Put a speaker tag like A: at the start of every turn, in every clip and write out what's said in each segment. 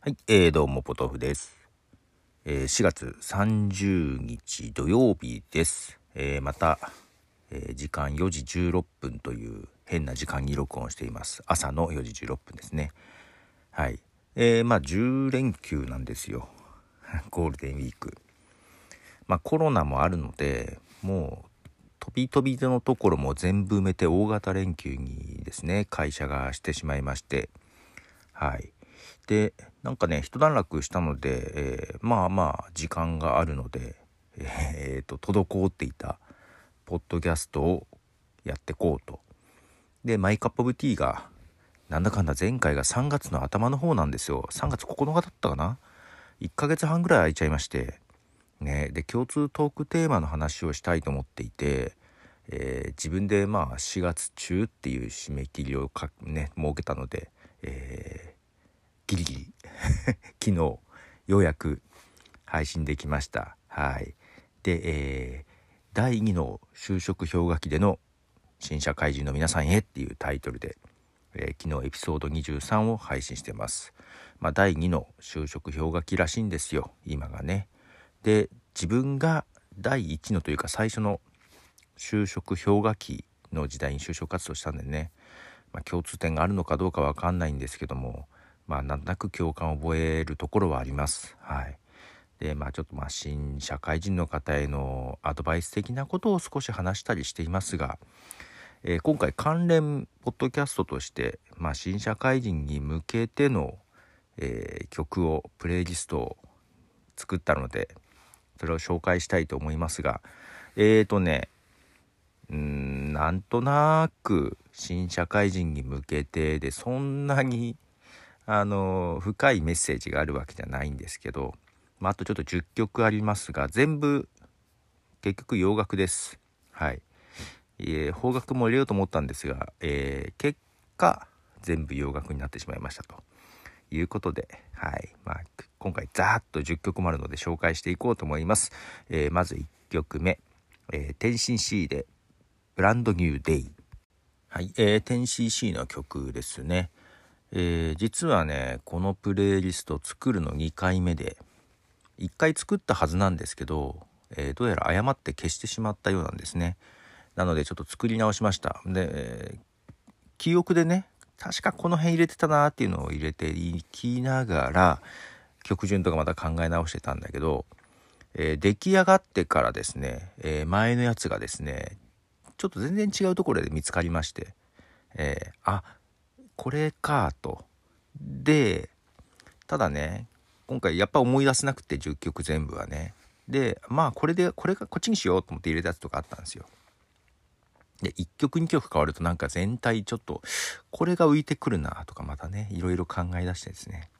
A: はい、どうもポトフです。4月30日土曜日です。また、時間4時16分という変な時間に録音しています。朝の4時16分ですね。はい。10連休なんですよ。ゴールデンウィーク。コロナもあるので、もう飛び飛びのところも全部埋めて大型連休にですね、会社がしてしまいまして、はい。で、なんかね、一段落したので、時間があるので、滞っていたポッドキャストをやってこうと。で、マイカップオブティーが、なんだかんだ前回が3月の頭の方なんですよ。3月9日だったかな ?1 ヶ月半ぐらい空いちゃいまして、ね、で、共通トークテーマの話をしたいと思っていて、自分で4月中っていう締め切りを設けたので、ギリギリ昨日ようやく配信できました。はい。で、第2の就職氷河期での新社会人の皆さんへっていうタイトルで、昨日エピソード23を配信してます。第2の就職氷河期らしいんですよ、今がね。で、自分が第1のというか最初の就職氷河期の時代に就職活動したんでね、共通点があるのかどうかわかんないんですけども、なんとなく共感を覚えるところはあります。はい。で、ちょっと新社会人の方へのアドバイス的なことを少し話したりしていますが、今回関連ポッドキャストとして、新社会人に向けての、曲をプレイリストを作ったので、それを紹介したいと思いますが、なんとなく新社会人に向けてで、そんなに深いメッセージがあるわけじゃないんですけど、あとちょっと10曲ありますが、全部結局洋楽です。はい。邦楽も入れようと思ったんですが、結果全部洋楽になってしまいましたということで、はい。今回ざーっと10曲もあるので紹介していこうと思います。まず1曲目、天津 C でブランドニューデイ。はい。天津 C の曲ですね。実はね、このプレイリスト作るの2回目で、1回作ったはずなんですけど、どうやら誤って消してしまったようなんですね。なのでちょっと作り直しました。で、記憶でね、確かこの辺入れてたなっていうのを入れていきながら、曲順とかまた考え直してたんだけど、出来上がってからですね、前のやつがですね、ちょっと全然違うところで見つかりまして、これかと。で、ただね、今回やっぱ思い出せなくて10曲全部はね。で、これがこっちにしようと思って入れたやつとかあったんですよ。で、1曲2曲変わるとなんか全体ちょっとこれが浮いてくるなとかまたね、いろいろ考え出してですね。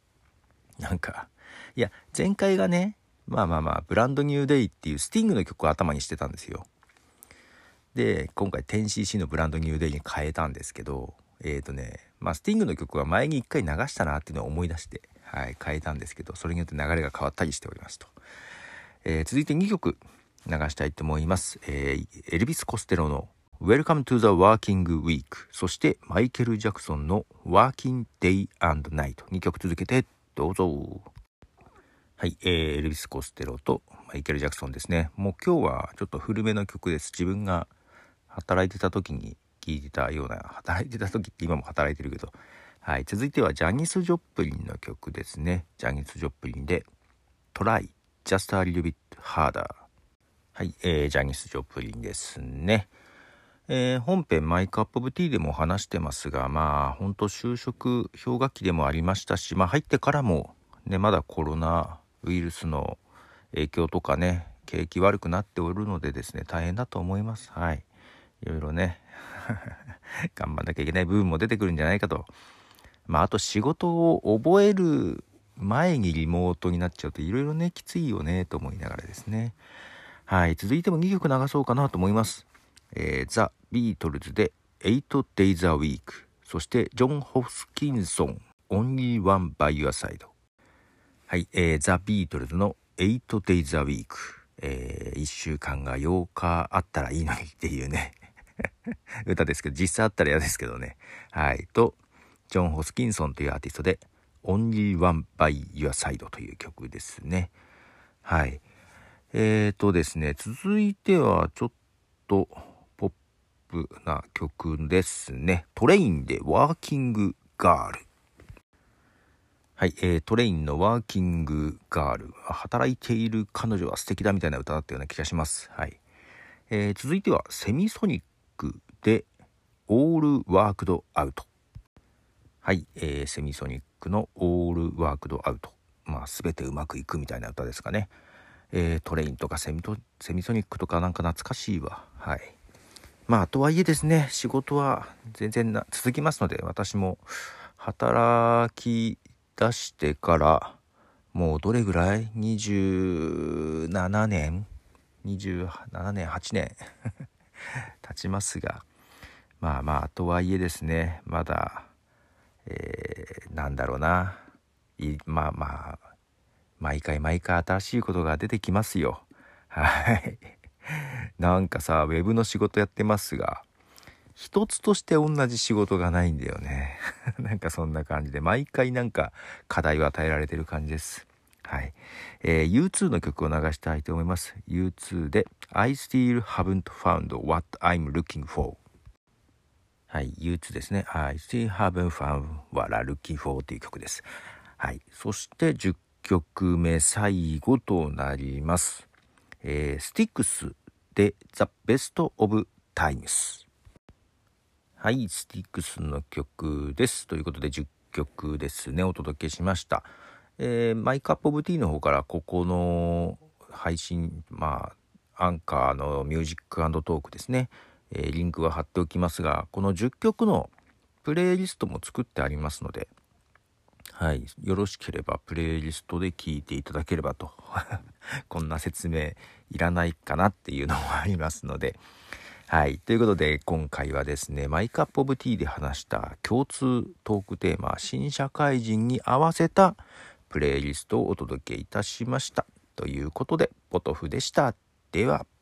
A: いや、前回がね、ブランドニューデイっていうスティングの曲を頭にしてたんですよ。で、今回 10cc のブランドニューデイに変えたんですけど、スティングの曲は前に1回流したなっていうのを思い出して、はい、変えたんですけど、それによって流れが変わったりしておりますと。続いて2曲流したいと思います。エルビス・コステロの Welcome to the Working Week、 そしてマイケル・ジャクソンの Working Day and Night、 2曲続けてどうぞ。はい、エルビス・コステロとマイケル・ジャクソンですね。もう今日はちょっと古めの曲です。自分が働いてた時に聴いてたような、働いてた時って今も働いてるけど、はい。続いてはジャニス・ジョプリンの曲ですね。ジャニス・ジョプリンで Try Just a Little Bit Harder。 はい、ジャニス・ジョプリンですね。本編マイクアップオブティーでも話してますが、本当就職氷河期でもありましたし、入ってからもね、まだコロナウイルスの影響とかね、景気悪くなっておるのでですね、大変だと思います。はい。いろいろね頑張んなきゃいけない部分も出てくるんじゃないかと。あと仕事を覚える前にリモートになっちゃうといろいろね、きついよねと思いながらですね。はい。続いても2曲流そうかなと思います。ザ・ビートルズで 8 Days a Week、 そしてジョン・ホスキンソン Only One by Your Side。 はい。ザ・ビートルズの8 Days a Week、1週間が8日あったらいいのにっていうね歌ですけど、実際あったら嫌ですけどね。はい。とジョン・ホスキンソンというアーティストで Only One by Your Side という曲ですね。はい。ですね、続いてはちょっとポップな曲ですね。トレインでワーキングガール。はい、トレインのワーキングガール。働いている彼女は素敵だみたいな歌だったような気がします。はい。続いてはセミソニックでオールワークドアウト。はい、セミソニックのオールワークドアウト。全てうまくいくみたいな歌ですかね。トレインとかセミソニックとかなんか懐かしいわ。はい。とはいえですね、仕事は全然続きますので、私も働き出してからもうどれぐらい27年8年経ちますが、とはいえですね、まだなんだろうな、毎回新しいことが出てきますよ。はい。なんかさ、ウェブの仕事やってますが、一つとして同じ仕事がないんだよね。なんかそんな感じで、毎回なんか課題を与えられてる感じです。はい。U2 の曲を流したいと思います。U2 で I still haven't found what I'm looking for。はい、U2 ですね。I still haven't found what I'm looking for という曲です。はい。そして10曲目最後となります。スティックスで The Best of Times。はい、スティックスの曲です。ということで10曲ですね、お届けしました。マイカップオブティーの方からここの配信、アンカーのミュージック&トークですね、リンクは貼っておきますが、この10曲のプレイリストも作ってありますので、はい、よろしければプレイリストで聴いていただければとこんな説明いらないかなっていうのもありますので、はい、ということで今回はですね、マイカップオブティーで話した共通トークテーマ、新社会人に合わせたプレイリストをお届けいたしました。ということでポトフでした。では。